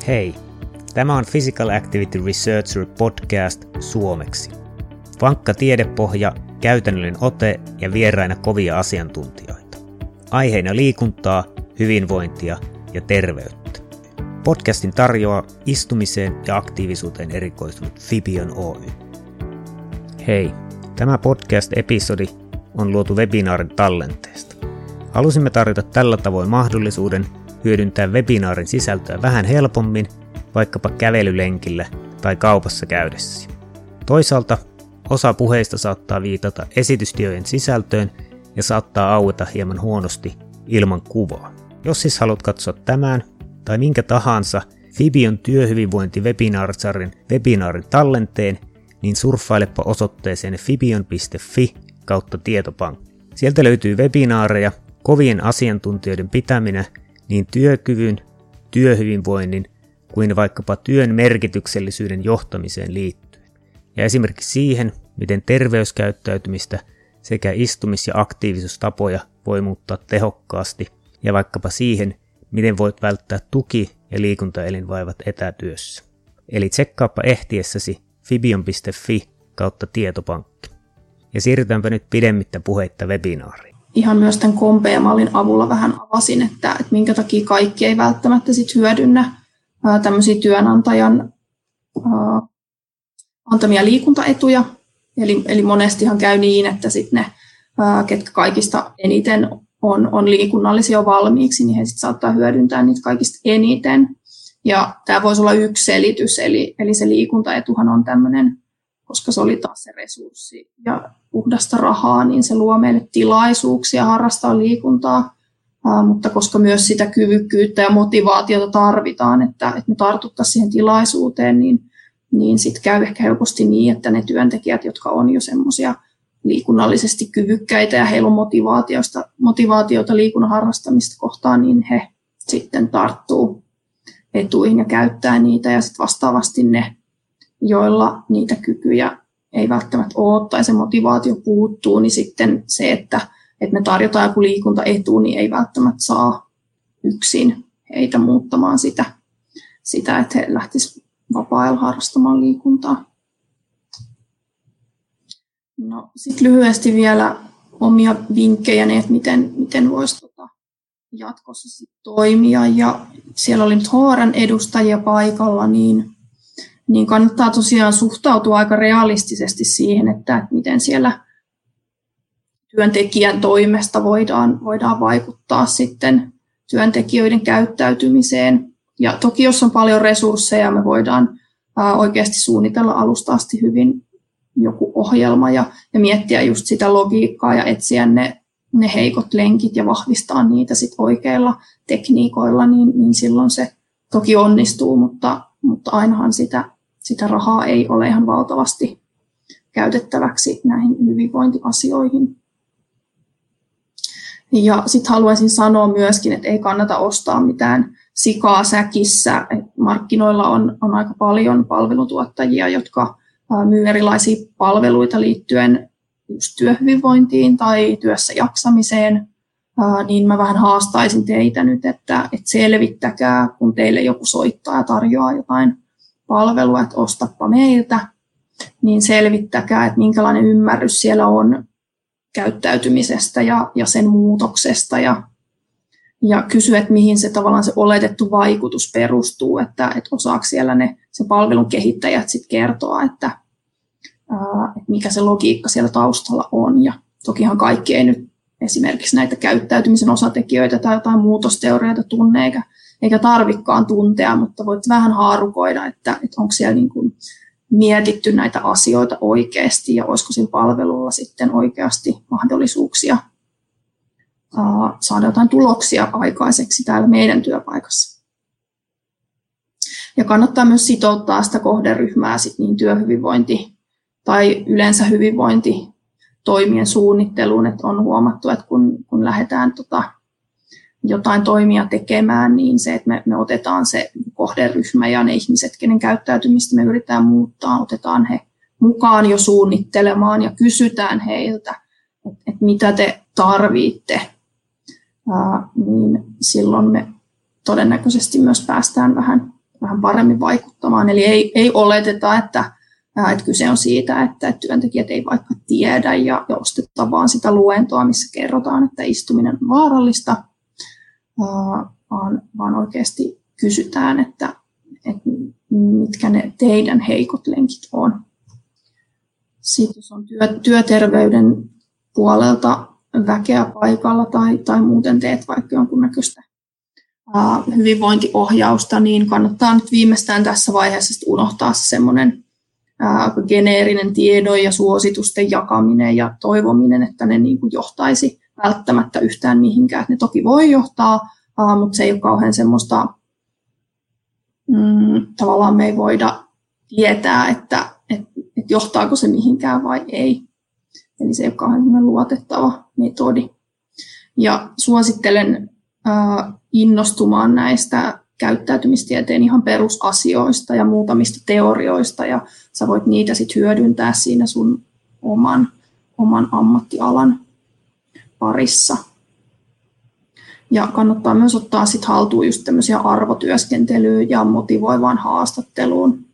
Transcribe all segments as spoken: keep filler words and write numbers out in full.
Hei, tämä on Physical Activity Researcher podcast suomeksi. Vankka tiedepohja, käytännöllinen ote ja vieraina kovia asiantuntijoita. Aiheina liikuntaa, hyvinvointia ja terveyttä. Podcastin tarjoaa istumiseen ja aktiivisuuteen erikoistunut Fibion Oy. Hei, tämä podcast-episodi on luotu webinaarin tallenteesta. Halusimme tarjota tällä tavoin mahdollisuuden hyödyntää webinaarin sisältöä vähän helpommin, vaikkapa kävelylenkillä tai kaupassa käydessä. Toisaalta osa puheista saattaa viitata esitystiojen sisältöön ja saattaa aueta hieman huonosti ilman kuvaa. Jos siis haluat katsoa tämän tai minkä tahansa Fibion työhyvinvointi-webinaarisarjan webinaarin tallenteen, niin surffailepa osoitteeseen fibion piste fi kautta tietopankki. Sieltä löytyy webinaareja kovien asiantuntijoiden pitäminä niin työkyvyn, työhyvinvoinnin kuin vaikkapa työn merkityksellisyyden johtamiseen liittyen. Ja esimerkiksi siihen, miten terveyskäyttäytymistä sekä istumis- ja aktiivisuustapoja voi muuttaa tehokkaasti ja vaikkapa siihen, miten voit välttää tuki- ja liikuntaelinvaivat etätyössä. Eli tsekkaappa ehtiessäsi fibion piste fi kautta tietopankki. Ja siirrytäänpä nyt pidemmittä puheitta webinaariin. Ihan myös tämän Compea-mallin avulla vähän avasin, että, että minkä takia kaikki ei välttämättä sit hyödynnä ää, tämmöisiä työnantajan ää, antamia liikuntaetuja. Eli, eli monestihan käy niin, että sit ne, ää, ketkä kaikista eniten on, on liikunnallisia valmiiksi, niin he sit saattaa hyödyntää niitä kaikista eniten. Ja tämä voisi olla yksi selitys, eli, eli se liikuntaetuhan on tämmöinen, koska se oli taas se resurssi ja puhdasta rahaa, niin se luo meille tilaisuuksia harrastaa liikuntaa, ää, mutta koska myös sitä kyvykkyyttä ja motivaatiota tarvitaan, että, että me tartuttaisiin siihen tilaisuuteen, niin, niin sitten käy ehkä helposti niin, että ne työntekijät, jotka on jo semmoisia liikunnallisesti kyvykkäitä ja heillä on motivaatiosta, motivaatiota liikunnan harrastamista kohtaan, niin he sitten tarttuu etuihin ja käyttää niitä ja sitten vastaavasti ne, joilla niitä kykyjä ei välttämättä ole tai se motivaatio puuttuu, niin sitten se, että, että me tarjotaan joku liikuntaetu, niin ei välttämättä saa yksin heitä muuttamaan sitä, sitä että he lähtisivät vapaa-ajalla harrastamaan liikuntaa. No, sitten lyhyesti vielä omia vinkkejä, että miten, miten voisi tota jatkossa sit toimia. Ja siellä oli nyt H R:n edustajia paikalla, niin niin kannattaa tosiaan suhtautua aika realistisesti siihen, että miten siellä työntekijän toimesta voidaan, voidaan vaikuttaa sitten työntekijöiden käyttäytymiseen. Ja toki jos on paljon resursseja, me voidaan oikeasti suunnitella alusta asti hyvin joku ohjelma ja, ja miettiä just sitä logiikkaa ja etsiä ne, ne heikot lenkit ja vahvistaa niitä sit oikeilla tekniikoilla, niin, niin silloin se toki onnistuu, mutta, mutta ainahan sitä Sitä rahaa ei ole ihan valtavasti käytettäväksi näihin hyvinvointiasioihin. Ja sitten haluaisin sanoa myöskin, että ei kannata ostaa mitään sikaa säkissä. Et markkinoilla on, on aika paljon palvelutuottajia, jotka myy erilaisia palveluita liittyen just työhyvinvointiin tai työssä jaksamiseen. Niin mä vähän haastaisin teitä nyt, että, että selvittäkää, kun teille joku soittaa ja tarjoaa jotain palvelua, että ostappa meiltä, niin selvittäkää, että minkälainen ymmärrys siellä on käyttäytymisestä ja, ja sen muutoksesta ja, ja kysy, että mihin se tavallaan se oletettu vaikutus perustuu, että, että osaako siellä ne se palvelun kehittäjät sitten kertoa, että, ää, että mikä se logiikka siellä taustalla on. Ja tokihan kaikki ei nyt esimerkiksi näitä käyttäytymisen osatekijöitä tai jotain muutosteorioita tunne eikä eikä tarvikaan tuntea, mutta voit vähän haarukoida, että, että onko siellä niin kuin mietitty näitä asioita oikeasti ja olisiko sillä palvelulla sitten oikeasti mahdollisuuksia uh, saada jotain tuloksia aikaiseksi täällä meidän työpaikassa. Ja kannattaa myös sitouttaa sitä kohderyhmää sit niin työhyvinvointi tai yleensä hyvinvointitoimien suunnitteluun, että on huomattu, että kun, kun lähdetään tota, jotain toimia tekemään, niin se, että me, me otetaan se kohderyhmä ja ne ihmiset, kenen käyttäytymistä me yritetään muuttaa, otetaan he mukaan jo suunnittelemaan ja kysytään heiltä, että, että mitä te tarvitte, Ää, niin silloin me todennäköisesti myös päästään vähän vähän paremmin vaikuttamaan. Eli ei, ei oleteta, että, että kyse on siitä, että työntekijät ei vaikka tiedä ja, ja osteta vaan sitä luentoa, missä kerrotaan, että istuminen on vaarallista, vaan, vaan oikeasti kysytään, että, että mitkä ne teidän heikot lenkit on. Sitten jos on työ, työterveyden puolelta väkeä paikalla tai, tai muuten teet vaikka jonkunnäköistä ää, hyvinvointiohjausta, niin kannattaa nyt viimeistään tässä vaiheessa unohtaa se semmoinen ää, geneerinen tiedon ja suositusten jakaminen ja toivominen, että ne niin kuin johtaisi välttämättä yhtään mihinkään. Ne toki voi johtaa, ää, mutta se ei ole kauhean semmoista, mm, tavallaan me ei voida tietää, että et, et johtaako se mihinkään vai ei. Eli se ei ole kauhean luotettava metodi. Ja suosittelen ää, innostumaan näistä käyttäytymistieteen ihan perusasioista ja muutamista teorioista, ja sä voit niitä sit hyödyntää siinä sun oman, oman ammattialan parissa. Ja kannattaa myös ottaa sit haltuun just tämmöisiä arvotyöskentelyyn ja motivoivaan haastatteluun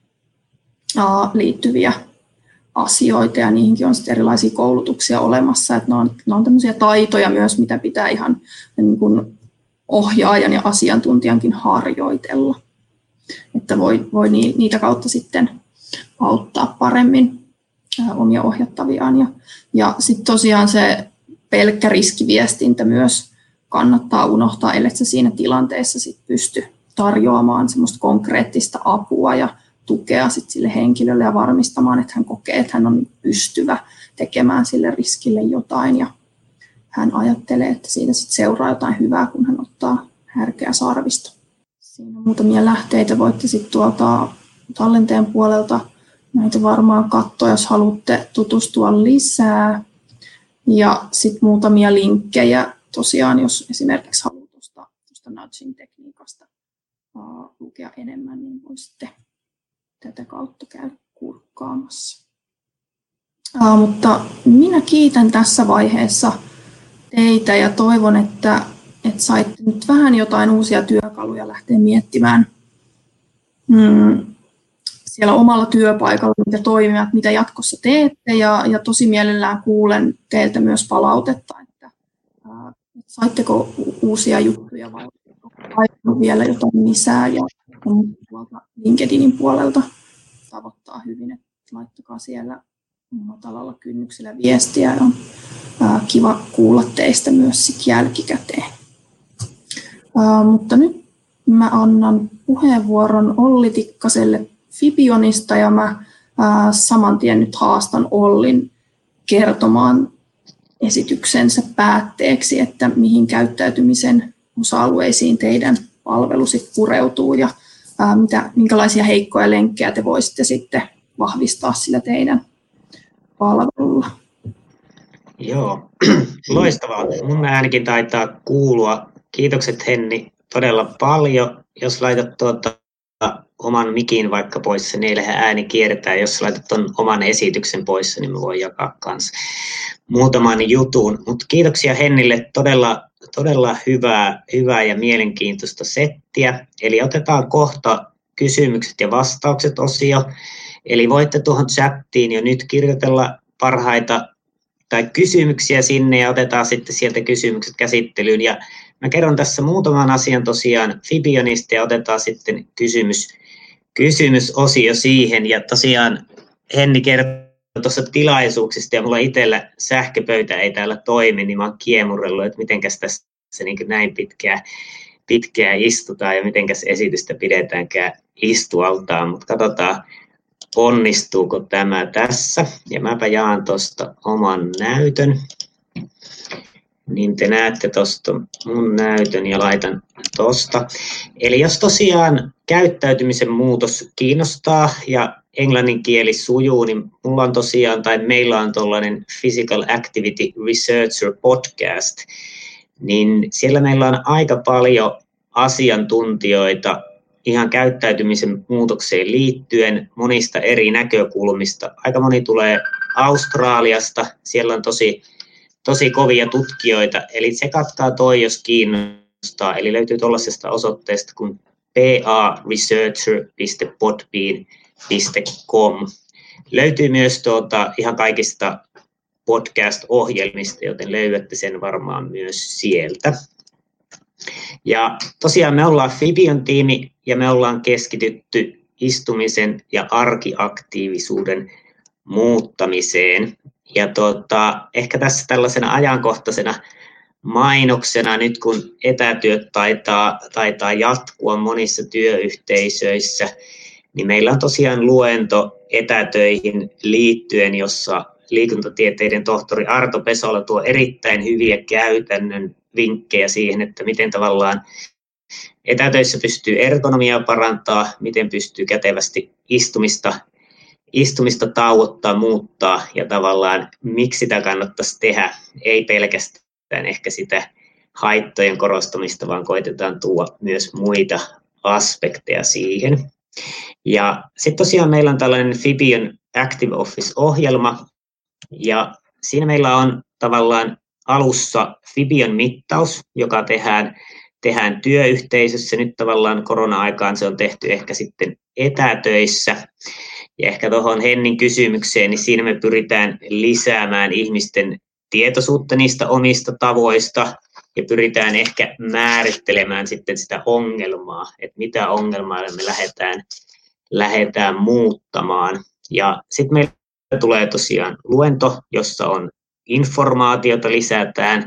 ää, liittyviä asioita, ja niihinkin on sitten erilaisia koulutuksia olemassa, että ne on, ne on tämmöisiä taitoja myös, mitä pitää ihan niin kuin ohjaajan ja asiantuntijankin harjoitella, että voi, voi niitä kautta sitten auttaa paremmin ää, omia ohjattaviaan. Ja, ja sitten tosiaan se pelkkä riskiviestintä myös kannattaa unohtaa, ellei se siinä tilanteessa sit pysty tarjoamaan semmoista konkreettista apua ja tukea sit sille henkilölle ja varmistamaan, että hän kokee, että hän on pystyvä tekemään sille riskille jotain, ja hän ajattelee, että siitä sit seuraa jotain hyvää, kun hän ottaa härkää sarvista. Siinä on muutamia lähteitä, voitte sitten tuolta tallenteen puolelta näitä varmaan katsoa, jos haluatte tutustua lisää. Ja sitten muutamia linkkejä tosiaan, jos esimerkiksi haluaa tuosta nudging-tekniikasta uh, lukea enemmän, niin voisitte tätä kautta käydä kurkkaamassa. Uh, mutta minä kiitän tässä vaiheessa teitä ja toivon, että, että saitte nyt vähän jotain uusia työkaluja lähteä miettimään hmm, siellä omalla työpaikalla, mitä toimivat, mitä jatkossa teette, ja, ja tosi mielellään kuulen teiltä myös palautetta, että ää, saitteko uusia juttuja vai vielä jotain lisää, ja, ja tuolta LinkedInin puolelta tavoittaa hyvin, että laittakaa siellä matalalla kynnyksellä viestiä, ja on ää, kiva kuulla teistä myös sit jälkikäteen. Ää, mutta nyt mä annan puheenvuoron Olli Tikkaselle Fibionista, ja mä ää, saman tien nyt haastan Ollin kertomaan esityksensä päätteeksi, että mihin käyttäytymisen osa-alueisiin teidän palvelu sit pureutuu, ja ää, mitä, minkälaisia heikkoja lenkkejä te voisitte sitten vahvistaa sillä teidän palvelulla. Joo, loistavaa. Mun äänikin taitaa kuulua. Kiitokset Henni todella paljon. Jos laitat tuota oman mikin vaikka pois, niin eilähän ääni kiertää. Jos laitat ton oman esityksen pois, niin mä voin jakaa kanssa muutaman jutun. Mutta kiitoksia Hennille, todella, todella hyvää, hyvää ja mielenkiintoista settiä. Eli otetaan kohta kysymykset ja vastaukset osio. Eli voitte tuohon chattiin jo nyt kirjoitella parhaita tai kysymyksiä sinne, ja otetaan sitten sieltä kysymykset käsittelyyn. Ja mä kerron tässä muutaman asian tosiaan Fibionista, ja otetaan sitten kysymys, kysymysosio siihen. Ja tosiaan Henni kertoi tuossa tilaisuuksista, ja mulla itsellä sähköpöytä ei täällä toimi, niin mä oon kiemurrellut, että mitenkäs tässä niin näin pitkään, pitkään istutaan ja mitenkäs esitystä pidetäänkään istualtaan, mutta katsotaan, onnistuuko tämä tässä. Ja mäpä jaan tuosta oman näytön. Niin te näette tuosta mun näytön ja laitan tuosta. Eli jos tosiaan käyttäytymisen muutos kiinnostaa ja englannin kieli sujuu, niin mulla on tosiaan, tai meillä on tuollainen Physical Activity Researcher podcast, niin siellä meillä on aika paljon asiantuntijoita ihan käyttäytymisen muutokseen liittyen monista eri näkökulmista. Aika moni tulee Australiasta, siellä on tosi, tosi kovia tutkijoita, eli tsekatkaa toi, jos kiinnostaa. Eli löytyy tuollaisesta osoitteesta kuin p a researcher piste podbean piste com. Löytyy myös tuota, ihan kaikista podcast-ohjelmista, joten löydätte sen varmaan myös sieltä. Ja tosiaan me ollaan Fibion tiimi ja me ollaan keskitytty istumisen ja arkiaktiivisuuden muuttamiseen. Ja tuota, ehkä tässä tällaisena ajankohtaisena mainoksena nyt kun etätyöt taitaa, taitaa jatkua monissa työyhteisöissä, niin meillä on tosiaan luento etätöihin liittyen, jossa liikuntatieteiden tohtori Arto Pesola tuo erittäin hyviä käytännön vinkkejä siihen, että miten tavallaan etätöissä pystyy ergonomiaa parantaa, miten pystyy kätevästi istumista, istumista tauottaa, muuttaa ja tavallaan miksi sitä kannattaisi tehdä, ei pelkästään ehkä sitä haittojen korostamista, vaan koitetaan tuoda myös muita aspekteja siihen. Ja sitten tosiaan meillä on tällainen Fibion Active Office-ohjelma, ja siinä meillä on tavallaan alussa Fibion mittaus, joka tehdään, tehdään työyhteisössä. Nyt tavallaan korona-aikaan se on tehty ehkä sitten etätöissä. Ja ehkä tuohon Hennin kysymykseen, niin siinä me pyritään lisäämään ihmisten tietoisuutta niistä omista tavoista ja pyritään ehkä määrittelemään sitten sitä ongelmaa, että mitä ongelmaa me lähdetään, lähdetään muuttamaan. Ja sitten meillä tulee tosiaan luento, jossa on informaatiota lisätään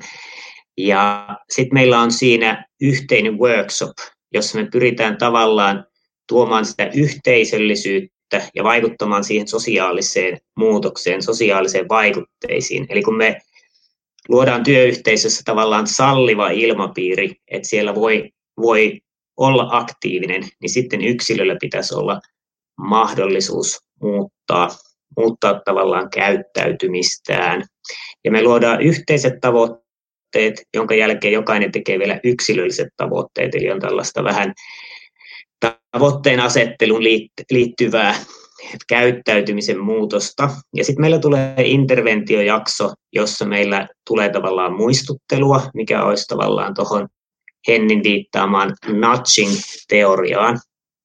ja sitten meillä on siinä yhteinen workshop, jossa me pyritään tavallaan tuomaan sitä yhteisöllisyyttä ja vaikuttamaan siihen sosiaaliseen muutokseen, sosiaaliseen vaikutteisiin. Eli kun me luodaan työyhteisössä tavallaan salliva ilmapiiri, että siellä voi, voi olla aktiivinen, niin sitten yksilöllä pitäisi olla mahdollisuus muuttaa, muuttaa tavallaan käyttäytymistään. Ja me luodaan yhteiset tavoitteet, jonka jälkeen jokainen tekee vielä yksilölliset tavoitteet, eli on tällaista vähän tavoitteen asetteluun liittyvää käyttäytymisen muutosta. Ja sitten meillä tulee interventiojakso, jossa meillä tulee tavallaan muistuttelua, mikä olisi tavallaan tuohon Hennin viittaamaan nudging-teoriaan.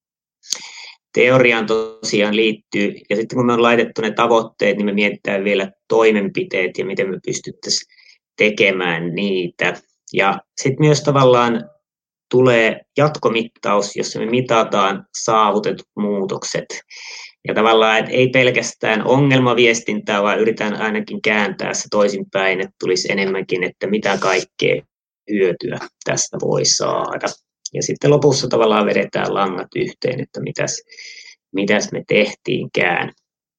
Teoriaan tosiaan liittyy, ja sitten kun me on laitettu ne tavoitteet, niin me mietitään vielä toimenpiteet ja miten me pystyttäisiin tekemään niitä. Ja sitten myös tavallaan tulee jatkomittaus, jossa me mitataan saavutetut muutokset. Ja tavallaan, että ei pelkästään ongelmaviestintää, vaan yritetään ainakin kääntää se toisinpäin, että tulisi enemmänkin, että mitä kaikkea hyötyä tästä voi saada. Ja sitten lopussa tavallaan vedetään langat yhteen, että mitäs, mitäs me tehtiinkään.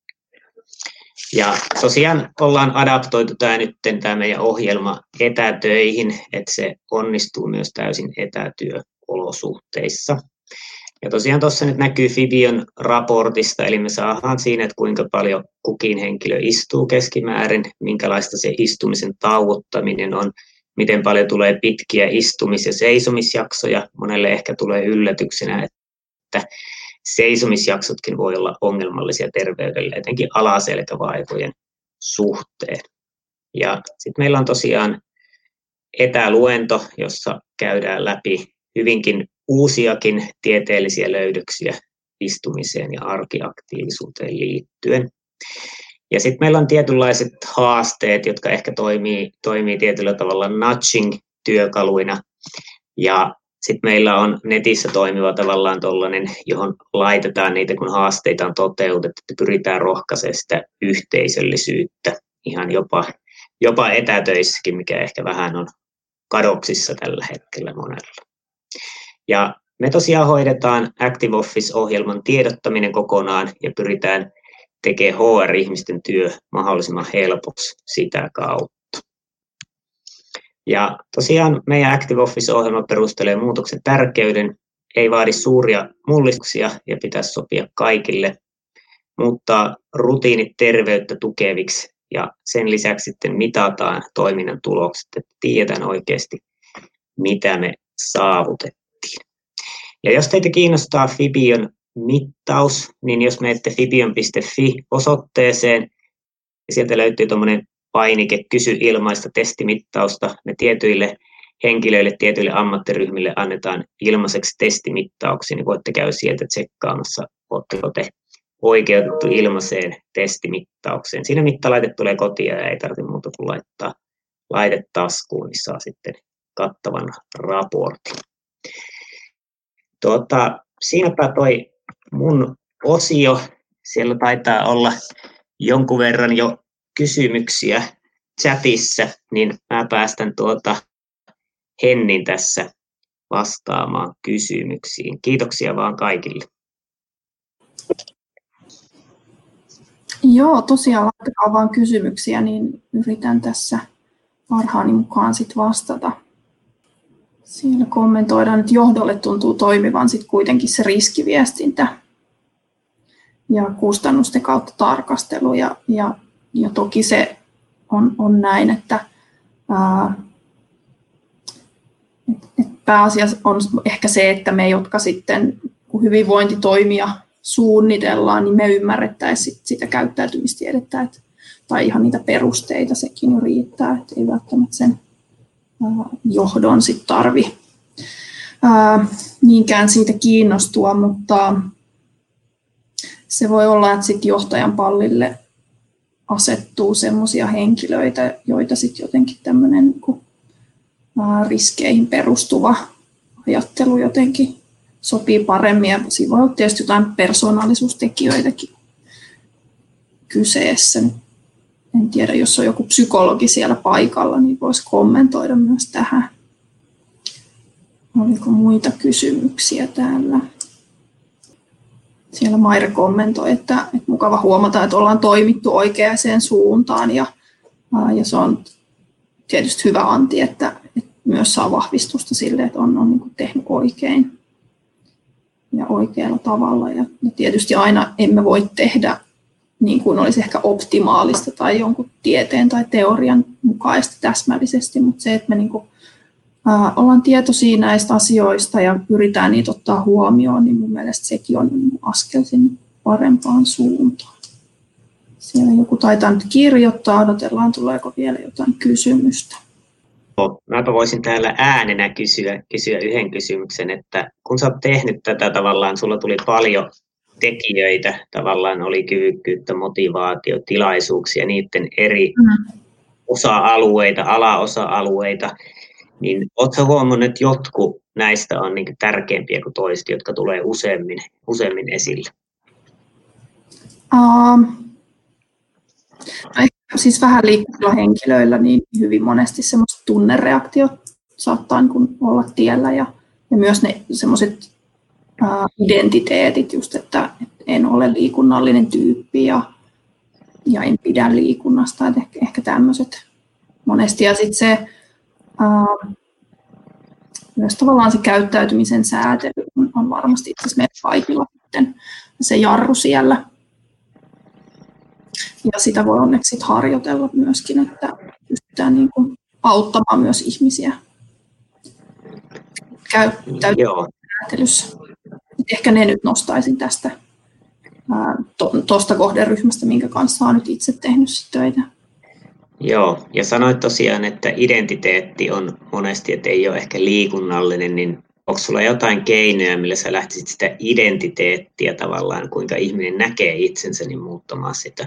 Ja tosiaan ollaan adaptoitu tämä nyt tämä meidän ohjelma etätöihin, että se onnistuu myös täysin etätyöolosuhteissa. Ja tosiaan tuossa nyt näkyy Fibion raportista, eli me saadaan siinä, että kuinka paljon kukin henkilö istuu keskimäärin, minkälaista se istumisen tauottaminen on, miten paljon tulee pitkiä istumis- ja seisomisjaksoja. Monelle ehkä tulee yllätyksenä, että seisomisjaksotkin voi olla ongelmallisia terveydelle, etenkin alaselkävaivojen suhteen. Ja sitten meillä on tosiaan etäluento, jossa käydään läpi hyvinkin uusiakin tieteellisiä löydöksiä istumiseen ja arkiaktiivisuuteen liittyen. Ja sitten meillä on tietynlaiset haasteet, jotka ehkä toimii, toimii tietyllä tavalla nudging-työkaluina. Ja sitten meillä on netissä toimiva tavallaan tollainen, johon laitetaan niitä, kun haasteita on toteutettu, että pyritään rohkaisemaan sitä yhteisöllisyyttä ihan jopa, jopa etätöissäkin, mikä ehkä vähän on kadoksissa tällä hetkellä monella. Ja me tosiaan hoidetaan Active Office-ohjelman tiedottaminen kokonaan ja pyritään tekemään H R-ihmisten työ mahdollisimman helpoksi sitä kautta. Ja tosiaan meidän Active Office-ohjelma perustelee muutoksen tärkeyden, ei vaadi suuria mullistuksia ja pitäisi sopia kaikille, muuttaa rutiinit terveyttä tukeviksi ja sen lisäksi sitten mitataan toiminnan tulokset, että tiedetään oikeasti, mitä me saavutettiin. Ja jos teitä kiinnostaa Fibion mittaus, niin jos menette fibion piste fi osoitteeseen, ja sieltä löytyy tuommoinen painike, kysy ilmaista testimittausta. Me tietyille henkilöille, tietyille ammattiryhmille annetaan ilmaiseksi testimittauksia, niin voitte käydä sieltä tsekkaamassa, oletteko te oikeutettu ilmaiseen testimittaukseen. Siinä mittalaite tulee kotiin ja ei tarvitse muuta kuin laittaa laite taskuun, niin saa sitten kattavan raportin. Tuota, siinäpä toi mun osio. Siellä taitaa olla jonkun verran jo kysymyksiä chatissa, niin mä päästän tuota Hennin tässä vastaamaan kysymyksiin. Kiitoksia vaan kaikille. Joo, tosiaan laittakaa vaan kysymyksiä, niin yritän tässä parhaani mukaan sit vastata. Siellä kommentoidaan, että johdolle tuntuu toimivan sit kuitenkin se riskiviestintä ja kustannusten kautta tarkastelu. Ja, ja, ja toki se on, on näin, että ää, et, et pääasia on ehkä se, että me, jotka sitten kun hyvinvointitoimia suunnitellaan, niin me ymmärrettäisiin sitä käyttäytymistiedettä että, tai ihan niitä perusteita, sekin jo riittää, että ei välttämättä sen ää, johdon sit tarvi ää, niinkään siitä kiinnostua, mutta se voi olla, että sit johtajan pallille asettuu semmoisia henkilöitä, joita sitten jotenkin tämmöinen niin riskeihin perustuva ajattelu jotenkin sopii paremmin. Ja siinä voi olla tietysti jotain persoonallisuustekijöitäkin kyseessä. En tiedä, jos on joku psykologi siellä paikalla, niin voisi kommentoida myös tähän. Oliko muita kysymyksiä täällä? Siellä Maire kommentoi, että, että mukava huomata, että ollaan toimittu oikeaan suuntaan ja, ja se on tietysti hyvä anti, että, että myös saa vahvistusta sille, että on, on niin kuin tehnyt oikein ja oikealla tavalla. Ja, ja tietysti aina emme voi tehdä niin kuin olisi ehkä optimaalista tai jonkun tieteen tai teorian mukaisesti täsmällisesti, mutta se, että me niin kuin, ää, ollaan tietoisia näistä asioista ja pyritään niitä ottaa huomioon, niin mun mielestä sekin on niin kuin askel sinne parempaan suuntaan. Siellä joku taitaa nyt kirjoittaa, odotellaan tuleeko vielä jotain kysymystä. Mäpä voisin täällä äänenä kysyä, kysyä yhden kysymyksen, että kun sä oot tehnyt tätä tavallaan, sulla tuli paljon tekijöitä, tavallaan oli kyvykkyyttä, motivaatio, tilaisuuksia, niiden eri mm. osa-alueita, alaosa-alueita, niin ootko huomannut, että jotkut näistä on niin tärkeämpiä kuin toiset, jotka tulee useammin, useammin esille? Um. Siis vähän liikkuvilla henkilöillä niin hyvin monesti semmoiset tunnereaktiot saattaa niin olla tiellä ja, ja myös ne semmoiset ää, identiteetit, just, että, että en ole liikunnallinen tyyppi ja, ja en pidä liikunnasta, että ehkä, ehkä tämmöiset monesti. Ja sitten se ää, myös tavallaan se käyttäytymisen säätely on, on varmasti itse asiassa meillä kaikilla sitten se jarru siellä. Ja sitä voi onneksi harjoitella myöskin, että pystytään niin kuin auttamaan myös ihmisiä käyttäytymisessä. Ehkä ne nyt nostaisin tästä tuosta kohderyhmästä, minkä kanssa olen nyt itse tehnyt töitä. Joo, ja sanoit tosiaan, että identiteetti on monesti, että ei ole ehkä liikunnallinen, niin onko sulla jotain keinoja, millä sä lähtisit sitä identiteettiä tavallaan, kuinka ihminen näkee itsensä, niin muuttamaan sitä?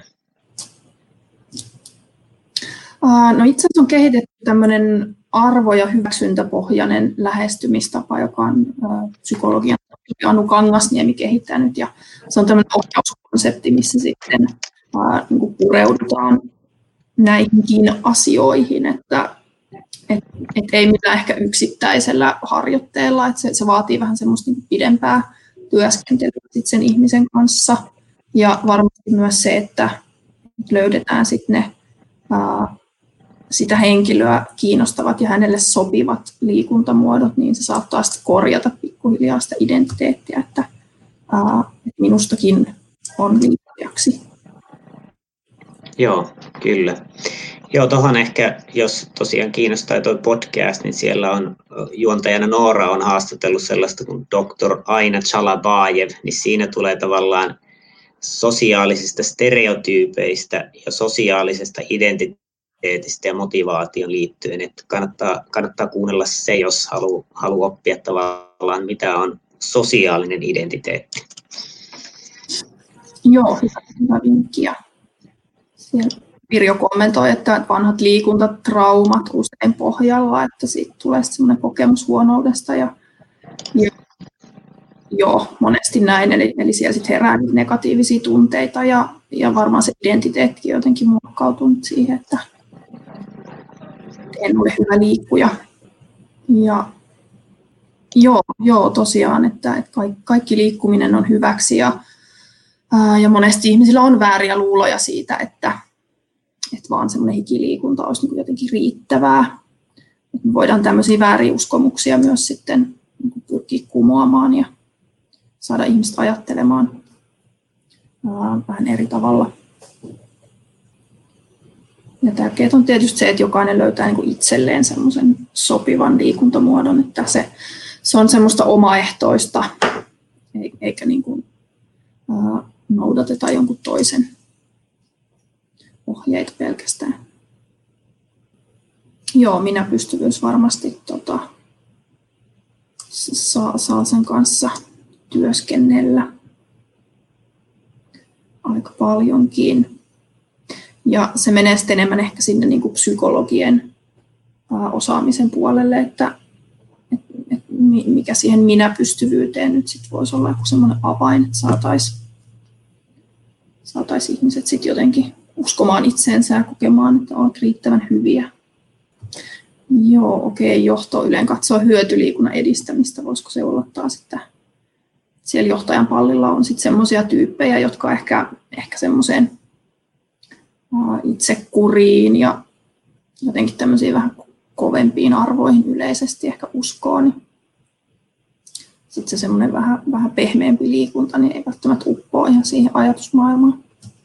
No itse asiassa on kehitetty tämmöinen arvo- ja hyväksyntäpohjainen lähestymistapa, joka on psykologian Anu Kangasniemi kehittänyt. Ja se on tämmöinen ohjauskonsepti, missä sitten ää, niin kuin pureudutaan näihinkin asioihin, että et, et ei millään ehkä yksittäisellä harjoitteella, että se, se vaatii vähän semmoista niin kuin pidempää työskentelyä sen ihmisen kanssa. Ja varmasti myös se, että löydetään sitten ne ää, sitä henkilöä kiinnostavat ja hänelle sopivat liikuntamuodot, niin se saattaa sitten korjata pikkuhiljaa sitä identiteettiä, että ää, minustakin on liikkujaksi. Joo, kyllä. Joo, tuohon ehkä, jos tosiaan kiinnostaa tuo podcast, niin siellä on juontajana Noora on haastatellut sellaista kuin doktor Aina Chalabajev, niin siinä tulee tavallaan sosiaalisista stereotyypeistä ja sosiaalisesta identiteetistä identiteetistä ja motivaation liittyen, että kannattaa, kannattaa kuunnella se, jos haluaa halu oppia tavallaan, mitä on sosiaalinen identiteetti. Joo, hyvä vinkki. Pirjo kommentoi, että vanhat liikuntatraumat usein pohjalla, että siitä tulee sellainen kokemus huonoudesta. Ja, ja, joo, monesti näin, eli, eli siellä sitten herää negatiivisia tunteita ja, ja varmaan se identiteetti on jotenkin muokkautunut siihen, että en ole hyvä liikkuja. Ja joo, joo tosiaan, että, että kaikki liikkuminen on hyväksi ja, ää, ja monesti ihmisillä on vääriä luuloja siitä, että, että vaan semmoinen hikiliikunta olisi niin jotenkin riittävää. Että me voidaan tämmöisiä vääriä uskomuksia myös sitten niin pyrkiä kumoamaan ja saada ihmiset ajattelemaan ää, vähän eri tavalla. Ja tärkeää on tietysti se, että jokainen löytää niin kuin itselleen semmoisen sopivan liikuntamuodon, että se, se on semmoista omaehtoista, eikä niin kuin, ää, noudateta jonkun toisen ohjeita pelkästään. Joo, minäpystyvyys varmasti tota, saa, saa sen kanssa työskennellä aika paljonkin. Ja se menee sitten enemmän ehkä sinne niin kuin psykologien ää, osaamisen puolelle, että et, et mikä siihen minäpystyvyyteen nyt sit voisi olla joku semmoinen avain, että saataisiin saatais ihmiset sitten jotenkin uskomaan itseensä ja kokemaan, että olet riittävän hyviä. Joo, okei, okay, johto yleen katsoo hyötyliikunnan edistämistä. Voisiko se olla taas, että siellä johtajan pallilla on sitten semmoisia tyyppejä, jotka ehkä, ehkä semmoiseen itsekuriin ja jotenkin tämmöisiin vähän kovempiin arvoihin yleisesti ehkä uskoo, niin sitten se semmoinen vähän, vähän pehmeämpi liikunta niin ei välttämättä uppoa ihan siihen ajatusmaailmaan.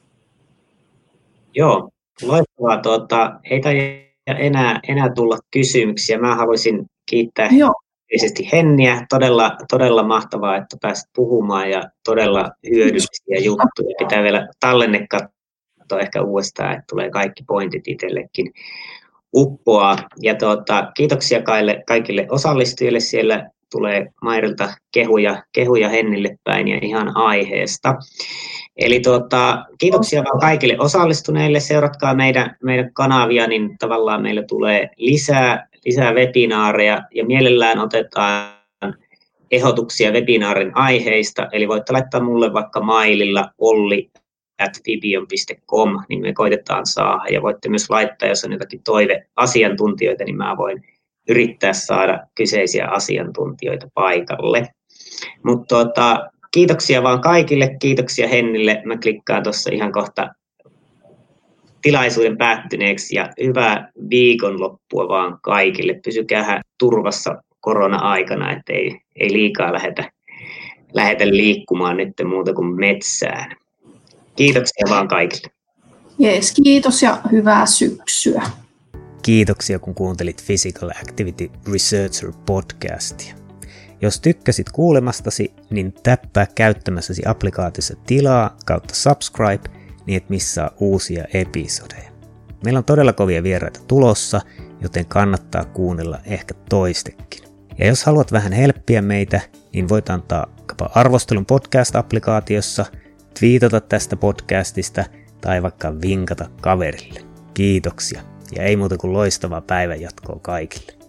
Joo, loistavaa. Tuota, ei taida enää, enää tulla kysymyksiä. Mä haluaisin kiittää erityisesti Henniä. Todella, todella mahtavaa, että pääsit puhumaan ja todella hyödyllisiä juttuja. Pitää vielä tallenne katsoa ehkä uudestaan, että tulee kaikki pointit itsellekin uppoa. Ja tuota, kiitoksia kaikille, kaikille osallistujille. Siellä tulee Mairilta kehuja, kehuja Hennille päin ja ihan aiheesta. Eli tuota, kiitoksia vaan kaikille osallistuneille. Seuratkaa meidän, meidän kanavia, niin tavallaan meillä tulee lisää, lisää webinaareja ja mielellään otetaan ehdotuksia webinaarin aiheista. Eli voitte laittaa mulle vaikka maililla olli at fibion piste com, niin me koitetaan saada. Ja voitte myös laittaa, jos on jotakin toiveasiantuntijoita, niin mä voin yrittää saada kyseisiä asiantuntijoita paikalle. Mutta tuota, kiitoksia vaan kaikille, kiitoksia Hennille. Mä klikkaan tuossa ihan kohta tilaisuuden päättyneeksi ja hyvää viikonloppua vaan kaikille. Pysykää turvassa korona-aikana, ettei ei liikaa lähetä, lähetä liikkumaan nyt muuta kuin metsään. Kiitoksia vaan kaikille. Jees, kiitos ja hyvää syksyä. Kiitoksia kun kuuntelit Physical Activity Researcher podcastia. Jos tykkäsit kuulemastasi, niin täppää käyttämässäsi applikaatiossa tilaa kautta subscribe, niin et missaa uusia episodeja. Meillä on todella kovia vieraita tulossa, joten kannattaa kuunnella ehkä toistekin. Ja jos haluat vähän helppiä meitä, niin voit antaa arvostelun podcast-applikaatiossa, twiitata tästä podcastista tai vaikka vinkata kaverille. Kiitoksia ja ei muuta kuin loistavaa päivänjatkoa kaikille.